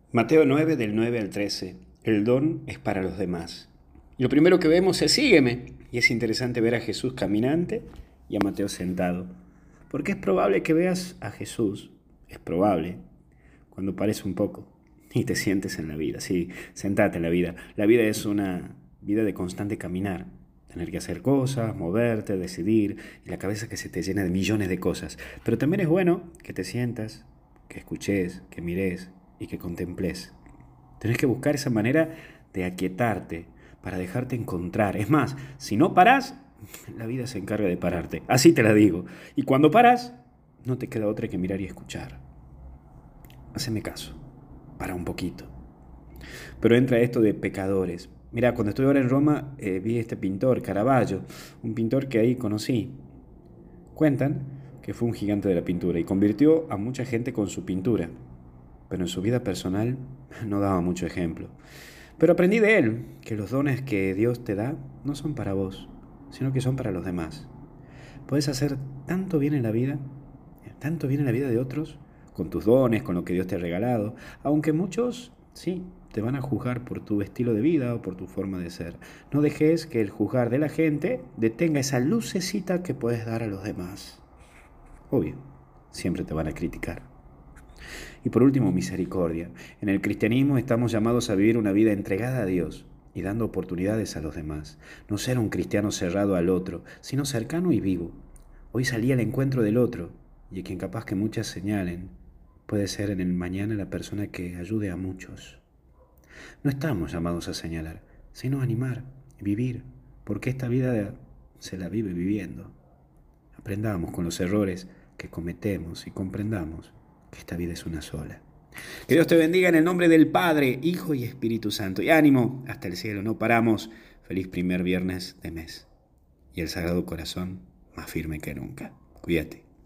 Mateo 9, del 9 al 13. El don es para los demás. Y lo primero que vemos es sígueme. Y es interesante ver a Jesús caminante y a Mateo sentado. Porque es probable que veas a Jesús, es probable, cuando pares un poco y te sientes en la vida. Sí, sentate en la vida. La vida es una vida de constante caminar. Tener que hacer cosas, moverte, decidir, y la cabeza que se te llena de millones de cosas. Pero también es bueno que te sientas, que escuches, que mires y que contemples. Tenés que buscar esa manera de aquietarte para dejarte encontrar. Es más, si no parás, la vida se encarga de pararte. Así te la digo. Y cuando parás, no te queda otra que mirar y escuchar. Haceme caso. Para un poquito. Pero entra esto de pecadores. Mira, cuando estuve ahora en Roma, vi este pintor, Caravaggio, un pintor que ahí conocí. Cuentan que fue un gigante de la pintura y convirtió a mucha gente con su pintura, pero en su vida personal no daba mucho ejemplo. Pero aprendí de él que los dones que Dios te da no son para vos, sino que son para los demás. Puedes hacer tanto bien en la vida de otros, con tus dones, con lo que Dios te ha regalado, aunque muchos, sí, te van a juzgar por tu estilo de vida o por tu forma de ser. No dejes que el juzgar de la gente detenga esa lucecita que puedes dar a los demás. Obvio, siempre te van a criticar. Y por último, misericordia. En el cristianismo estamos llamados a vivir una vida entregada a Dios y dando oportunidades a los demás. No ser un cristiano cerrado al otro, sino cercano y vivo. Hoy salí al encuentro del otro, y a quien capaz que muchas señalen, puede ser en el mañana la persona que ayude a muchos. No estamos llamados a señalar, sino a animar, vivir, porque esta vida se la vive viviendo. Aprendamos con los errores que cometemos y comprendamos que esta vida es una sola. Que Dios te bendiga en el nombre del Padre, Hijo y Espíritu Santo. Y ánimo, hasta el cielo, no paramos. Feliz primer viernes de mes. Y el Sagrado Corazón más firme que nunca. Cuídate.